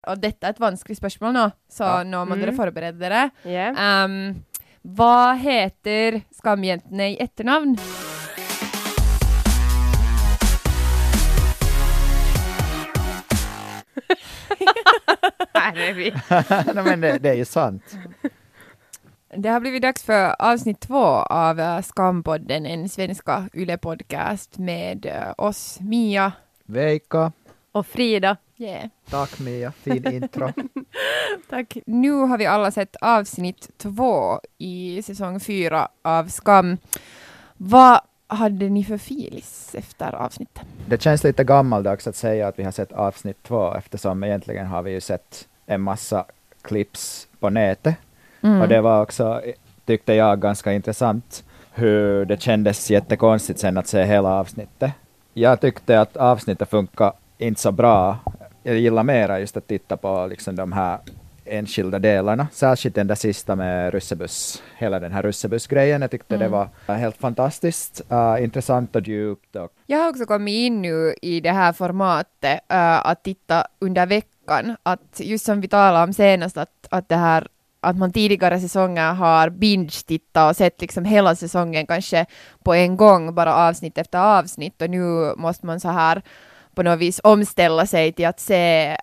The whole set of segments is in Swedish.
Och detta är ett vanskligt spörsmål nu, så nu måste du förbereda det. Yeah. Vad heter skamjäntorna i efternamn? Nej, men det är ju sant. Det har blivit dags för avsnitt 2 av Skampodden, en svenska Yle-podcast med oss, Mia. Veikka. Och Frida. Yeah. Tack Mia, fin intro. Tack. Nu har vi alla sett avsnitt 2 i säsong 4 av Skam. Vad hade ni för filis efter avsnittet? Det känns lite gammaldags att säga att vi har sett avsnitt 2 eftersom egentligen har vi ju sett en massa clips på nätet. Och det var också, tyckte jag, ganska intressant hur det kändes jättekonstigt sen att se hela avsnittet. Jag tyckte att avsnittet funkar inte så bra. Jag gillar mera just att titta på liksom de här enskilda delarna. Särskilt den där sista med russebuss. Hela den här russebussgrejen. Jag tyckte det var helt fantastiskt. Intressant och djupt. Jag har också kommit in nu i det här formatet att titta under veckan. Att just som vi talade om senast, att det här att man tidigare säsonger har binge-tittat och sett liksom hela säsongen kanske på en gång, bara avsnitt efter avsnitt. Och nu måste man så här på något vis omställa sig till att se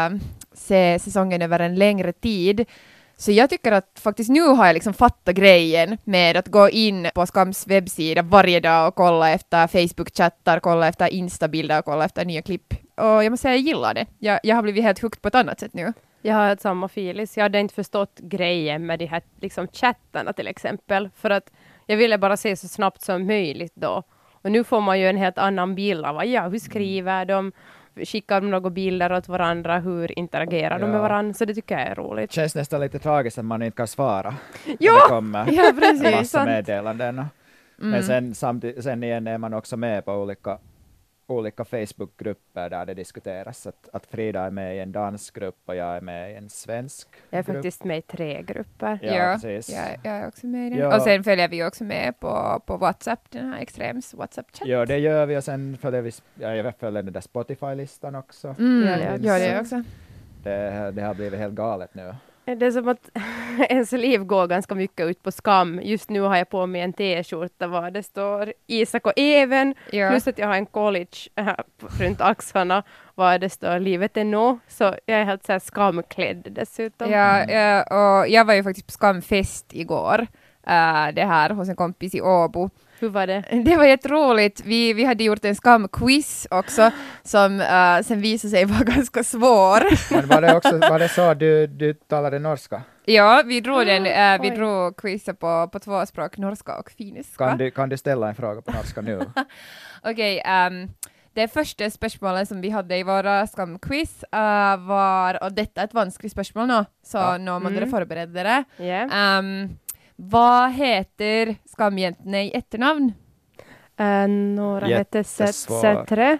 säsongen över en längre tid. Så jag tycker att faktiskt nu har jag liksom fattat grejen med att gå in på Skams webbsida varje dag och kolla efter Facebook-chattar, kolla efter Insta-bilder och kolla efter nya klipp. Och jag måste säga jag gillar det. Jag har blivit helt hooked på ett annat sätt nu. Jag har samma filis. Jag hade inte förstått grejen med de här liksom chattarna till exempel. För att jag ville bara se så snabbt som möjligt då. Och nu får man ju en helt annan bild av hur skriver de? Skickar de några bilder åt varandra? Hur interagerar de med varandra? Så det tycker jag är roligt. Det känns nästan lite tragiskt att man inte kan svara. Ja, det kommer precis. en massa meddelanden. Men sen igen är man också med på olika Facebook-grupper där det diskuteras att Frida är med i en dansgrupp och jag är med i en svensk grupp. Jag är faktiskt med i 3 grupper. Ja, precis. Jag är också med i den. Ja. Och sen följer vi också med på WhatsApp, den här Extrems WhatsApp-chatt. Ja, det gör vi och sen följer jag följer den där Spotify-listan också. Ja, det är också. Det har blivit helt galet nu. Det är som att ens liv går ganska mycket ut på skam. Just nu har jag på mig en t-skjorta var det står Isak och Even. Ja. Plus att jag har en college runt axlarna var det står livet är nå. Så jag är helt så här skamklädd dessutom. Ja, och jag var ju faktiskt på skamfest igår. Det här hos en kompis i Åbo. Hur var det? Det var jätteroligt. Vi hade gjort en skamquiz också som sen visade sig vara ganska svår. Men var det så du talade norska? Ja, vi drog quizet på 2 språk, norska och finska. Kan du ställa en fråga på norska nu? Okej, det första spörsmålet som vi hade i våra skamquiz var, och detta är ett vanskligt spörsmål nu, så nu måste du förbereda det. Yeah. Vad heter skamjäntorna i efternamn? Några heter Sätre.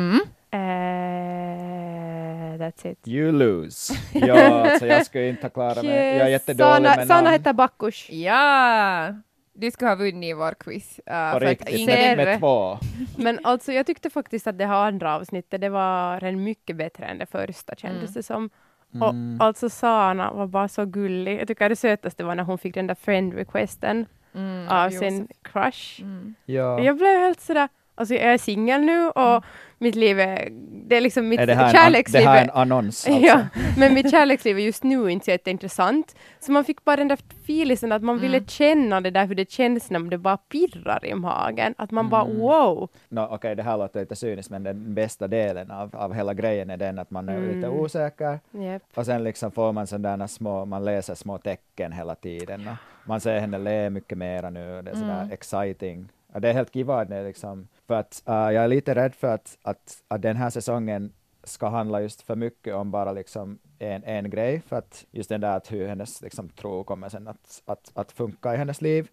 That's it. You lose. Ja, så jag skulle inte klara mig. Jag är jättedålig med namn. Sanna heter Bakkush. Ja! Du ska ha vunnit vår quiz. På riktigt, med 2. Men alltså jag tyckte faktiskt att det här andra avsnittet det var en mycket bättre än det första kändes det som. Och alltså Sana var bara så gullig. Jag tycker det sötaste var när hon fick den där friend requesten av sin crush. Ja. Jag blev helt sådär, alltså jag är singel nu och mitt liv är, det är liksom mitt kärleksliv. Det här är en annons alltså. Ja, men mitt kärleksliv är just nu inte så jätteintressant. Så man fick bara den där filisen att man ville känna det där hur det känns när det bara pirrar i magen. Att man bara wow. Okej, det här låter lite cyniskt men den bästa delen av hela grejen är den att man är lite osäker. Yep. Och sen liksom får man sådana man läser små tecken hela tiden. Och man ser henne le mycket mera nu. Det är sådär exciting. Och det är helt kiva liksom. För att jag är lite rädd för att den här säsongen ska handla just för mycket om bara liksom en grej. För att just den där att hur hennes liksom, tro kommer sen att funka i hennes liv.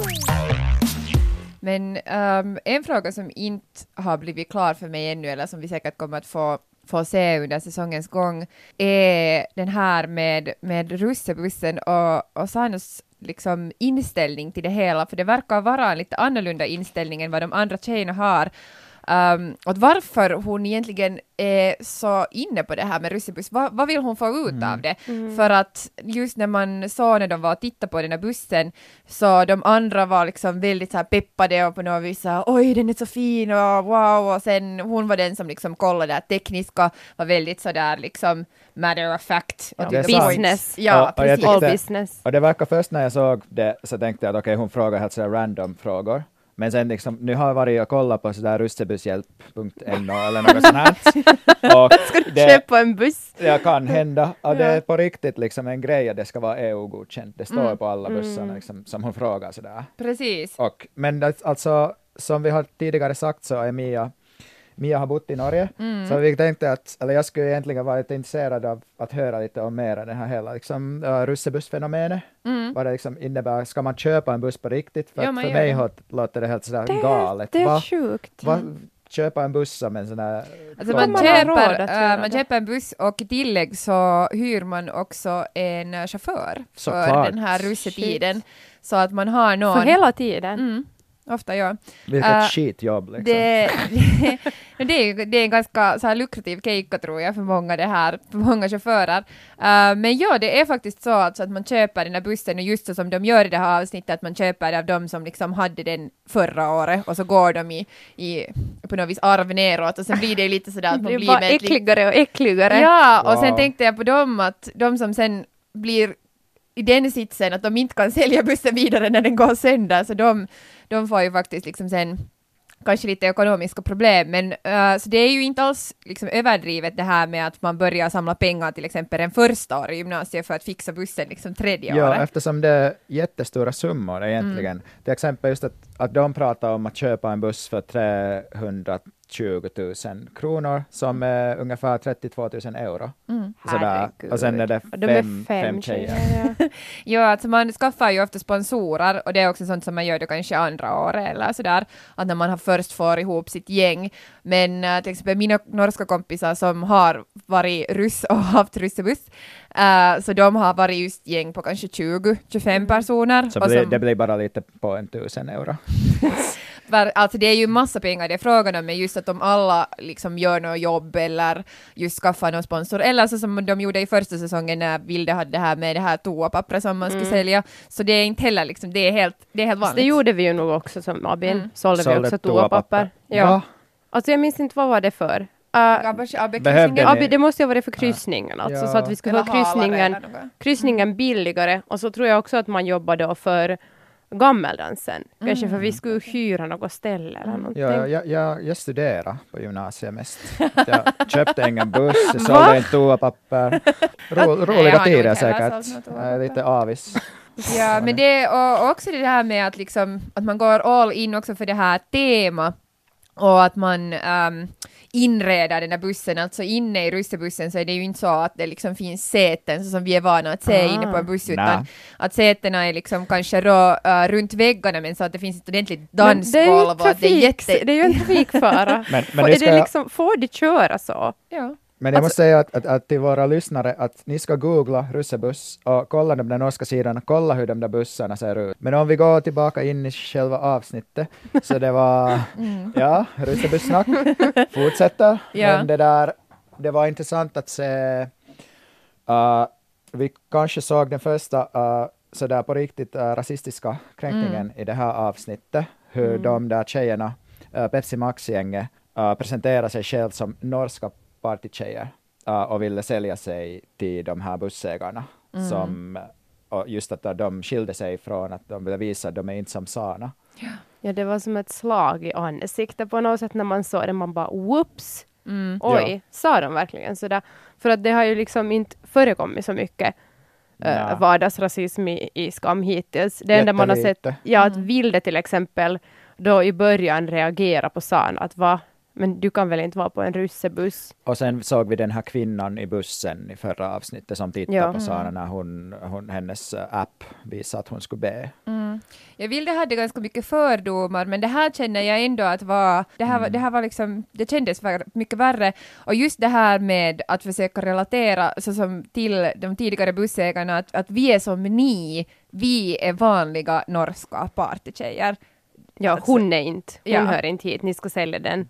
Men en fråga som inte har blivit klar för mig ännu, eller som vi säkert kommer att få se under säsongens gång, är den här med russebussen och Sanos liksom inställning till det hela, för det verkar vara en lite annorlunda inställning än vad de andra tjejerna har. Och varför hon egentligen är så inne på det här med russebuss. Vad vill hon få ut av det? För att just när man såg när de var och tittade på den här bussen, så de andra var liksom väldigt så här peppade och på något vis så här, oj den är så fin och wow, och sen hon var den som liksom kollade det tekniska, var väldigt så där liksom matter of fact. Ja, Och till the business. point. Ja, och jag precis. All tyckte- business. Och det verkar först när jag såg det så tänkte jag att okej, hon frågar helt sådär random frågor. Men sen liksom, nu har jag varit och kollat på sådär russebusshjälp.no eller något sånt här. Och Ska du köpa en buss? det kan hända. Och det är på riktigt liksom en grej att det ska vara EU-godkänt. Det står på alla bussarna liksom, som hon frågar sådär. Precis. Men alltså, som vi har tidigare sagt så är Mia har bott i Norge, så vi tänkte eller jag skulle egentligen vara lite intresserad av att höra lite om mer den här hela liksom, russebussfenomenet. Vad det liksom innebär, ska man köpa en buss på riktigt? För, Ja, att man för gör mig det. låter det helt sådär galet. Det är sjukt. Köpa en buss som en sån här... Alltså man har råd att göra man det. köper en buss och i tillägg så hyr man också en chaufför för Såklart. den här russetiden. Så att man har någon... För hela tiden. Ofta, ja. Vilket skitjobb liksom. Det är en ganska så här lukrativ keikka tror jag för många chaufförer. Men ja, det är faktiskt så alltså att man köper den här bussen och just så som de gör i det här avsnittet att man köper av dem som liksom hade den förra året och så går de i på något vis arv neråt och sen blir det lite sådär att man Det blir blir bara med ett äckligare och äckligare. Ja, och sen Wow. tänkte jag på dem att de som sen blir i den sitsen att de inte kan sälja bussen vidare när den går sönder, så de får ju faktiskt liksom sen kanske lite ekonomiska problem, men så det är ju inte alls liksom överdrivet det här med att man börjar samla pengar till exempel en första år i gymnasiet för att fixa bussen liksom tredje Ja, året. eftersom det är jättestora summor egentligen. Till exempel just att de pratar om att köpa en buss för 320 000 kronor som är ungefär 32 000 euro. Sådär. Herregud. Och sen är det Och de är fem tjejer. Ja. Ja, alltså man skaffar ju ofta sponsorer och det är också sånt som man gör då kanske andra året eller sådär, att när man har först får ihop sitt gäng. Men till exempel mina norska kompisar som har varit ryss och haft russebuss, så de har varit just gäng på kanske 20-25 personer. Så och som, det blir bara lite på 1000 euro. alltså det är ju massa pengar det är frågan om, men just att de alla liksom gör något jobb eller just skaffar någon sponsor, eller så som de gjorde i första säsongen när Vilde hade det här med det här toapappret som man skulle sälja, så det är inte heller liksom, det är helt vanligt. Det gjorde vi ju nog också som Abin. Sålde vi också toapapper. toapapper. Ja. Va? Alltså jag minns inte vad var det för. Behövde Abi, det måste ju ha varit för kryssningen, alltså, Ja. så att vi skulle ha kryssningen billigare, och så tror jag också att man jobbar då för gammeldansen. Kanske för vi skulle hyra något ställe eller någonting. Ja, jag studerade på gymnasiet mest. Jag köpte ingen buss, jag sålde en toapapper. Roliga jag har tider nog inte heller säkert. sålt något Jag är toapapper. lite avis. Ja, men det och också det här med att liksom att man går all in också för det här tema och att man inreder den här bussen, alltså inne i russebussen så är det ju inte så att det liksom finns säten så som vi är vana att se inne på en buss, utan Nej. att sätena är liksom kanske då, runt väggarna, men så att det finns ett ordentligt Men det är ju dansgolv och att det är det är ju en trafikfara. Men Får- det är ska det jag- liksom, får de köra så? Ja. Men jag måste säga att till våra lyssnare att ni ska googla russebuss och kolla de där norska sidorna, kolla hur de där bussarna ser ut. Men om vi går tillbaka in i själva avsnittet, så det var, russebussnack, fortsätter. Ja. Men det var intressant att se, vi kanske såg den första sådär på riktigt rasistiska kränkningen i det här avsnittet, hur de där tjejerna, Pepsi Max-gänget, presenterar sig själv som norska partytjejer och ville sälja sig till de här bussägarna. Och just att de skilde sig från att de ville visa att de är inte som Sana. Ja, det var som ett slag i ansiktet på något sätt när man såg det. Man bara, whoops! Oj, sa de verkligen sådär? För att det har ju liksom inte förekommit så mycket Nej. vardagsrasism i Skam hittills. Det enda man har sett, Jättelite. att Vilde till exempel då i början reagerar på Sana att men du kan väl inte vara på en russebuss? Och sen såg vi den här kvinnan i bussen i förra avsnittet som tittade på Sana när hennes app visade att hon skulle be. Jag vill det hade ganska mycket fördomar, men det här känner jag ändå att det här var liksom, det kändes mycket värre. Och just det här med att försöka relatera så som till de tidigare bussägarna, att vi är som vi är vanliga norska partytjejer. Ja, Alltså, hon är inte. Hon ja. hör inte hit. Ni ska sälja den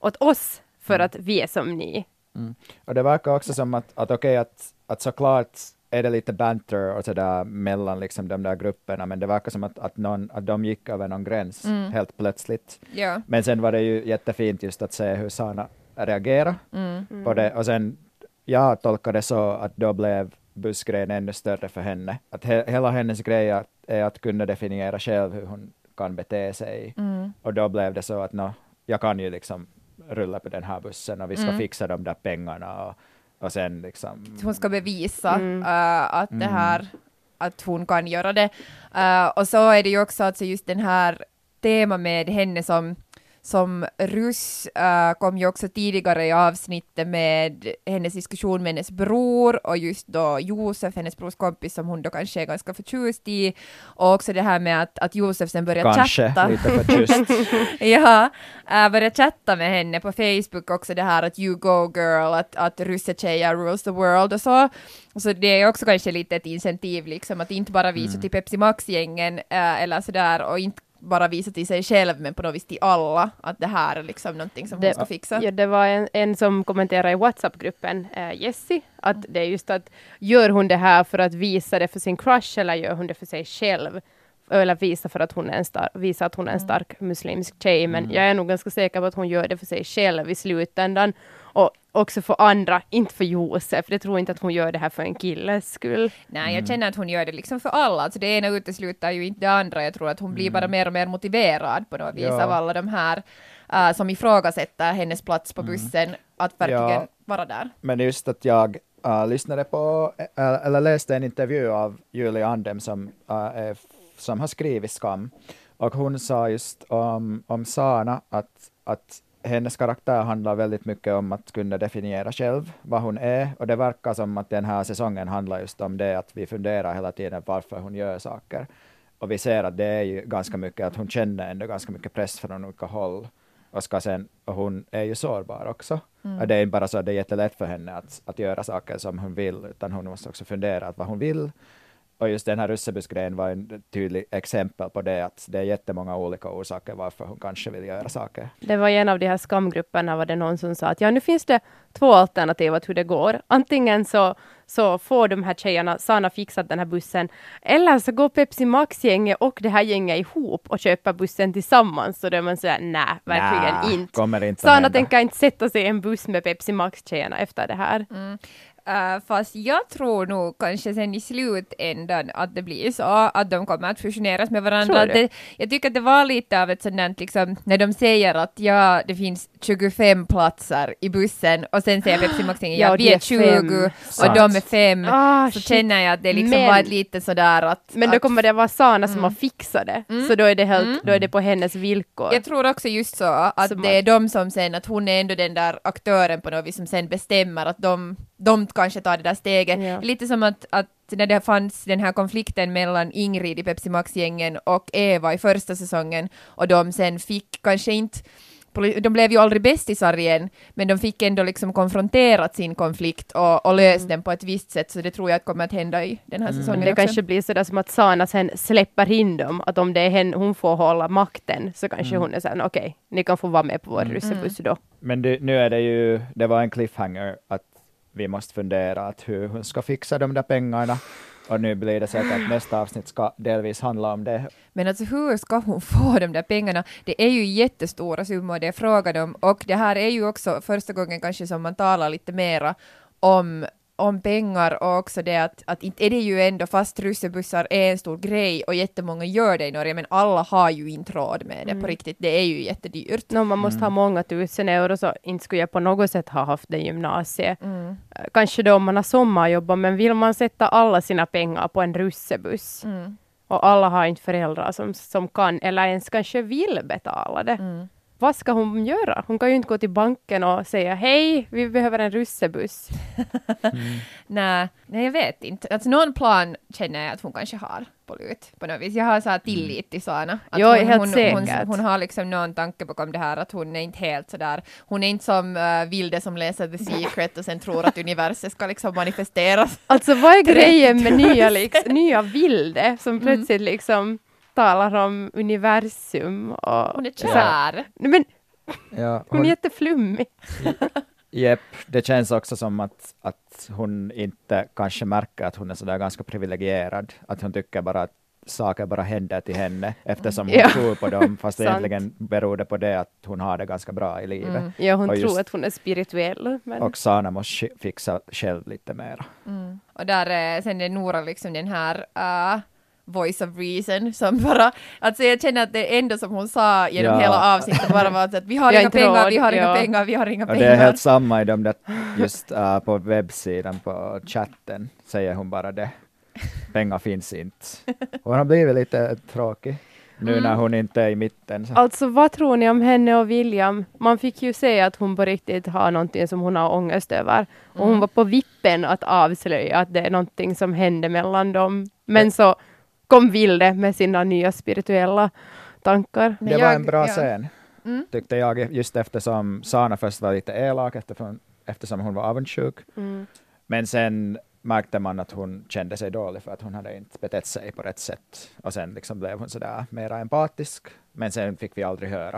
åt oss för att vi är som ni. Och det verkar också som att okej, att såklart är det lite banter och sådär mellan liksom de där grupperna, men det verkar som att de gick över någon gräns helt plötsligt. Ja. Men sen var det ju jättefint just att se hur Sana reagerade på det. Och sen, jag tolkade det så att då blev bussgrejen ännu större för henne. Att hela hennes grej är att kunna definiera själv hur hon kan bete sig. Och då blev det så att jag kan ju liksom rulla på den här bussen och vi ska fixa de där pengarna och sen liksom... Hon ska bevisa att det här, att hon kan göra det. Och så är det ju också alltså just den här tema med henne som ryss kom ju också tidigare i avsnittet med hennes diskussion med hennes bror och just då Josef, hennes brors kompis som hon då kanske är ganska förtjust i, och också det här med att Josef sen börjar chatta. Kanske lite förtjust. Ja, börjar chatta med henne på Facebook också, det här att you go girl, att russetjejer rules the world och så. Så det är också kanske lite ett incentiv liksom att inte bara visa till Pepsi Max-gängen eller sådär, och inte bara visa till sig själv men på något vis till alla att det här är liksom någonting som hon ska fixa. Ja, det var en som kommenterade i WhatsApp-gruppen, Jessie, att det är just att gör hon det här för att visa det för sin crush eller gör hon det för sig själv? Eller visa för att hon är visa att hon är en stark muslimsk tjej, men jag är nog ganska säker på att hon gör det för sig själv i slutändan. Och också för andra, inte för Josef. Jag tror inte att hon gör det här för en killes skull. Nej, jag känner att hon gör det liksom för alla. Alltså det ena utesluter ju inte det andra. Jag tror att hon blir bara mer och mer motiverad på något vis av alla de här som ifrågasätter hennes plats på bussen, att verkligen vara där. Men just att jag lyssnade på, eller läste en intervju av Julia Andem som har skrivit Skam. Och hon sa just om Sana att hennes karaktär handlar väldigt mycket om att kunna definiera själv vad hon är. Och det verkar som att den här säsongen handlar just om det, att vi funderar hela tiden varför hon gör saker. Och vi ser att det är ju ganska mycket att hon känner ändå ganska mycket press från olika håll. Och hon är ju sårbar också. Och det är inte bara så att det är jättelätt för henne att göra saker som hon vill, utan hon måste också fundera vad hon vill. Och just den här russebussgrejen var en tydlig exempel på det, att det är jättemånga olika orsaker varför hon kanske vill göra saker. Det var en av de här skamgrupperna, var det någon som sa att nu finns det 2 alternativ att hur det går. Antingen så får de här tjejerna, Sana, fixat den här bussen, eller så går Pepsi Max-gänget och det här gänget ihop och köper bussen tillsammans. Så då är man säger nej, verkligen inte. Kommer inte Sana tänker inte sätta sig i en buss med Pepsi Max-tjejerna efter det här. Fast jag tror nog kanske sen i slutändan att det blir så att de kommer att fusioneras med varandra. Jag tycker att det var lite av ett sådant liksom, när de säger att det finns 25 platser i bussen och sen säger Pepsi Max vi är 20 och de är 5, så känner jag att det liksom var ett lite sådär att... Men då kommer det vara Sana som har fixat det, så då är det då är det på hennes villkor. Jag tror också just så att så det är de som sen, att hon är ändå den där aktören på något vis som sen bestämmer att de kanske tar det där steget. Ja. Lite som att när det fanns den här konflikten mellan Ingrid i Pepsi Max-gängen och Eva i första säsongen, och de sen fick kanske inte, de blev ju aldrig bästisar igen, men de fick ändå liksom konfronterat sin konflikt och löst den på ett visst sätt, så det tror jag att kommer att hända i den här säsongen det också. Kanske blir sådär som att Sana sen släpper in dem, att om det är hon får hålla makten, så kanske hon är såhär, okej, ni kan få vara med på vår russebuss då. Men nu är det var en cliffhanger att vi måste fundera att hur hon ska fixa de där pengarna. Och nu blir det så att nästa avsnitt ska delvis handla om det. Men alltså hur ska hon få de där pengarna? Det är ju jättestora summor det är frågan om. Och det här är ju också första gången kanske som man talar lite mera om pengar, och också det att inte är det ju ändå, fast russebussar är en stor grej och jättemånga gör det i Norge, men alla har ju inte råd med det på riktigt. Det är ju jättedyrt. Man måste ha många tusen euro, så inte skulle jag på något sätt ha haft det gymnasiet. Kanske då om man har sommarjobbat, men vill man sätta alla sina pengar på en russebuss och alla har inte föräldrar som kan eller ens kanske vill betala det. Vad ska hon göra? Hon kan ju inte gå till banken och säga hej, vi behöver en russebuss. Nej, jag vet inte. Alltså någon plan känner jag att hon kanske har på lut på något vis. Jag har så här tillit till Sana. Att jag är helt säkert. Hon har liksom någon tanke bakom det här, att hon är inte helt sådär. Hon är inte som Vilde som läser The Secret och sen tror att universum ska liksom manifesteras. Alltså vad är grejen med nya Vilde som plötsligt liksom talar om universum och... Hon är kär. Men Ja, Hon är jätteflummig. Jepp, det känns också som att hon inte kanske märker att hon är sådär ganska privilegierad. Att hon tycker bara att saker bara händer till henne eftersom hon tror på dem, fast egentligen beror det på det att hon har det ganska bra i livet. Ja, hon och tror att hon är spirituell. Men... Och Sana måste fixa själv lite mer. Och där sen är Nora liksom den här voice of reason som bara, alltså jag känner att det enda som hon sa genom hela avsnittet bara var att vi har inga pengar, vi har inga pengar, vi har inga pengar. Och det är helt samma i de där, just på webbsidan, på chatten säger hon bara det. Pengar finns inte. Hon har blivit lite tråkig nu när hon inte är i mitten. Så. Alltså vad tror ni om henne och William? Man fick ju se att hon på riktigt har någonting som hon har ångest över. Och hon var på vippen att avslöja att det är någonting som hände mellan dem. Men så kom Vilde med sina nya spirituella tankar. Det var en bra scen, tyckte jag, just eftersom Sana först var lite elak eftersom hon var avundsjuk. Men sen märkte man att hon kände sig dålig för att hon hade inte betett sig på rätt sätt. Och sen liksom blev hon sådär mera empatisk. Men sen fick vi aldrig höra.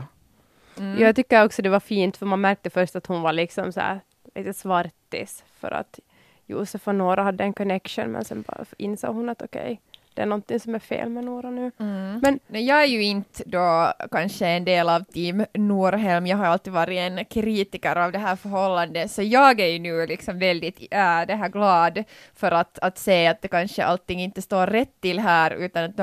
Jag tycker också det var fint, för man märkte först att hon var liksom så här lite svartis. För att Josef och Nora hade en connection, men sen bara insåg hon att okej, det är någonting som är fel med Nora nu. Men jag är ju inte då kanske en del av team Norhelm. Jag har alltid varit en kritiker av det här förhållandet. Så jag är ju nu liksom väldigt det här glad för att se att det kanske allting inte står rätt till här, utan att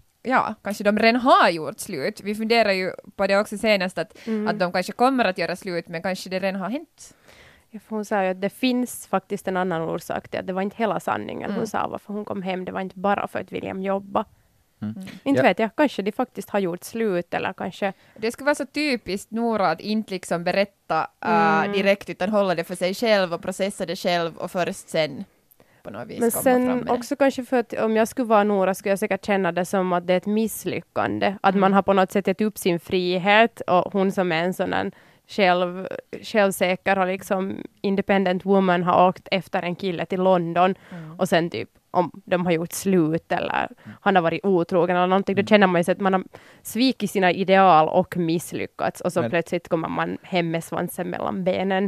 kanske de redan har gjort slut. Vi funderar ju på det också senast att de kanske kommer att göra slut, men kanske det redan har hänt. Hon sa ju att det finns faktiskt en annan orsak till att det var inte hela sanningen. Hon sa varför hon kom hem. Det var inte bara för att William jobba. Inte vet jag. Kanske de faktiskt har gjort slut. Eller kanske... Det skulle vara så typiskt Nora att inte liksom berätta direkt, utan hålla det för sig själv och processa det själv och först sen på något vis men komma sen fram med också kanske för att om jag skulle vara Nora skulle jag säkert känna det som att det är ett misslyckande. Att man har på något sätt gett upp sin frihet, och hon som är en sån självsäker och liksom independent woman har åkt efter en kille till London och sen typ om de har gjort slut eller han har varit otrogen eller någonting, då känner man ju att man har svikit sina ideal och misslyckats, och så plötsligt kommer man hem med svansen mellan benen.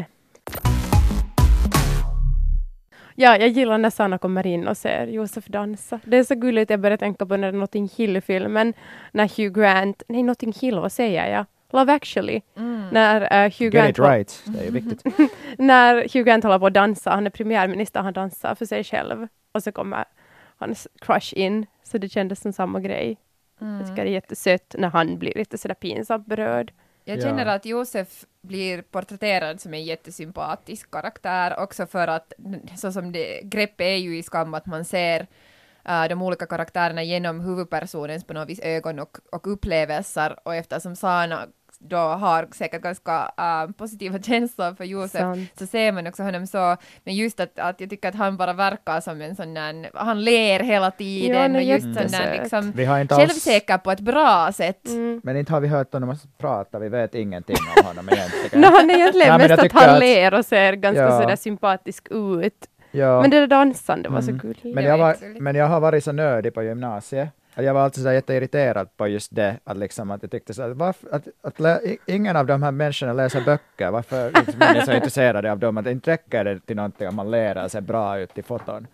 Ja, jag gillar när Sanna kommer in och ser Josef dansa. Det är så gulligt, jag börjar tänka på när Notting Hill-filmen, när Hugh Grant, nej Notting Hill, vad säger jag? Love Actually. När Hugh Grant Get it right, det är viktigt. när Hugh Grant håller på att dansa, han är premiärminister, han dansar för sig själv. Och så kommer hans crush in, så det kändes som samma grej. Jag tycker det är jättesött när han blir lite sådär pinsamt berörd. Jag känner att Josef blir porträtterad som en jättesympatisk karaktär, också för att så som det greppet är ju i Skam att man ser de olika karaktärerna genom huvudpersonens på något vis ögon och upplevelser, och eftersom Sana då har säkert ganska positiva känslor för Josef, så ser man också honom så, men just att jag tycker att han bara verkar som en sån där, han ler hela tiden och just sån där liksom självsäker på ett bra sätt. Men inte har vi hört honom prata, vi vet ingenting om honom egentligen. Han är egentligen mest att han ler och ser ganska sådär sympatisk ut. Ja. Men det där dansande var så gulligt. Men jag har varit så nördig på gymnasiet. Jag var alltid så jätteirriterad på just det, att jag tyckte så att ingen av de här människorna läser böcker. Varför liksom, man är så intresserade av dem? Att det inte räcker det till någonting om man ler och ser bra ut i foton.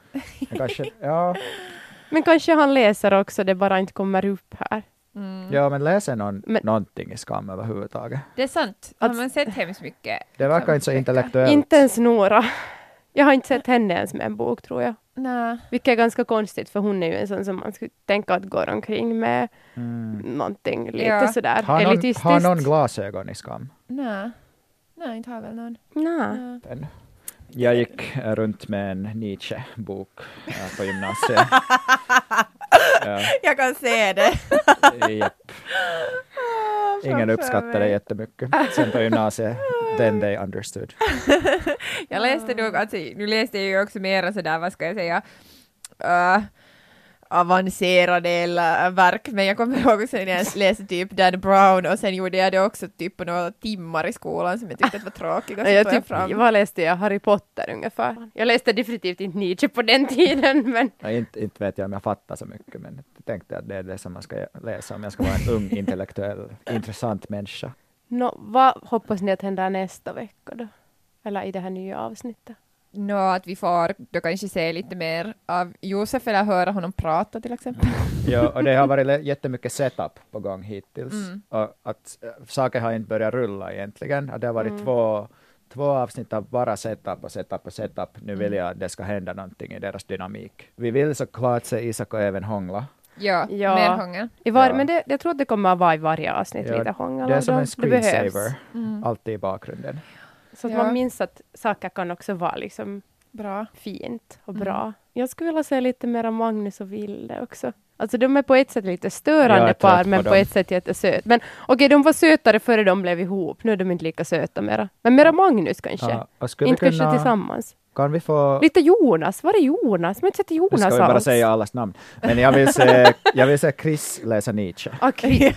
Men kanske han läser också, det bara inte kommer upp här. Ja, men läser någonting i Skam överhuvudtaget? Det är sant. Har man sett hemskt mycket? Det verkar inte så intellektuellt. Inte ens Nora. Jag har inte sett henne ens med en bok, tror jag. Nej. Vilket är ganska konstigt, för hon är ju en sån som man skulle tänka att går omkring med någonting lite sådär elitistiskt. Har någon glasögon i Skam? Nej, inte har väl någon. Nej. Jag gick runt med en Nietzsche-bok på gymnasiet. Jag kan se det. Japp. Ingen uppskattade det jättemycket. Sen på gymnasiet, then they understood. Jag läste nog, alltså, nu läste jag ju också mera sådär, vad ska jag säga, avancerade verk, men jag kommer ihåg sen jag läste typ Dan Brown, och sen gjorde jag det också typ på några timmar i skolan som jag tyckte var tråkiga. Vad läste jag? Harry Potter ungefär. Jag läste definitivt inte Nietzsche på den tiden. Men... Inte vet jag om jag fattar så mycket, men jag tänkte att det är det som man ska läsa om jag ska vara en ung, intellektuell, intressant människa. Vad hoppas ni att händer nästa vecka då? Eller i det här nya avsnittet? Att vi får då kanske se lite mer av Josef eller höra honom prata till exempel. Ja, och det har varit jättemycket setup på gång hittills. Och att saker har inte börjat rulla egentligen. Och det har varit två avsnitt av bara setup och setup och setup. Nu vill jag att det ska hända någonting i deras dynamik. Vi vill såklart se Isak och även hångla. Ja, mer hångel. Men jag tror att det kommer att vara i varje avsnitt lite hångel. Det är som en screensaver, alltid i bakgrunden. Så att man minns att saker kan också vara liksom bra. Fint och bra. Jag skulle vilja säga lite mer om Magnus och Vilde också. Alltså de är på ett sätt lite störande par, men på ett sätt jättesöt. Men okej, de var sötare före de blev ihop. Nu är de inte lika söta mera. Men mera Magnus kanske. Inte kanske tillsammans. Kan vi få... Lite Jonas. Var är Jonas? Men inte sett Jonas alls. Ska vi bara säga allas namn. Men jag vill se Chris läsa Nietzsche. Okej.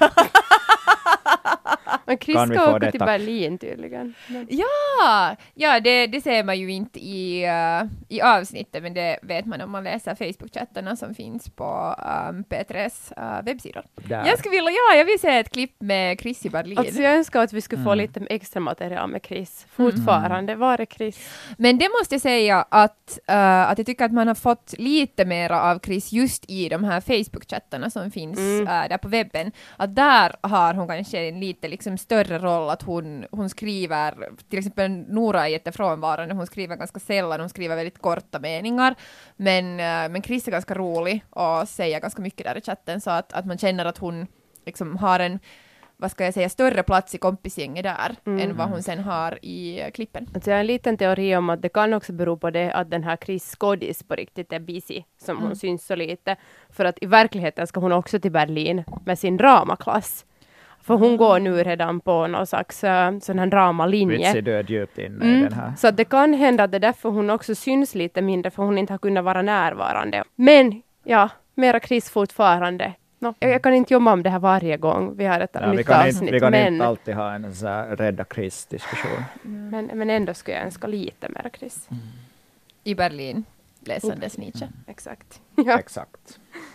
Men Chris ska åka till Berlin tydligen. Men... Ja, det ser man ju inte i avsnittet, men det vet man om man läser Facebook-chattarna som finns på P3s webbsidor. Jag vill se ett klipp med Chris i Berlin. Alltså jag önskar att vi skulle få lite extra material med Chris. Fortfarande, var är Chris? Men det måste jag säga att jag tycker att man har fått lite mer av Chris just i de här Facebook-chattarna som finns där på webben. Att där har hon kanske en lite liksom större roll, att hon skriver, till exempel Nora är jättefrånvarande, hon skriver ganska sällan, hon skriver väldigt korta meningar, men Chris är ganska rolig och säger ganska mycket där i chatten, så att man känner att hon liksom har en, vad ska jag säga, större plats i kompisgänget där än vad hon sen har i klippen. Alltså jag har en liten teori om att det kan också bero på det att den här Chris Skådis på riktigt är busy, som hon syns så lite. För att i verkligheten ska hon också till Berlin med sin dramaklass. För hon går nu redan på någon slags sån här dramalinje. Vitsi död djupt inne i den här. Så att det kan hända att det är därför hon också syns lite mindre, för hon inte har kunnat vara närvarande. Men ja, mera Chris fortfarande. Jag kan inte jobba om det här varje gång vi har ett nytt avsnitt. Vi kan inte alltid ha en så här rädda Chris-diskussion. Men ändå skulle jag önska lite mer Chris. I Berlin läsandes Nietzsche. Exakt. Ja. Exakt.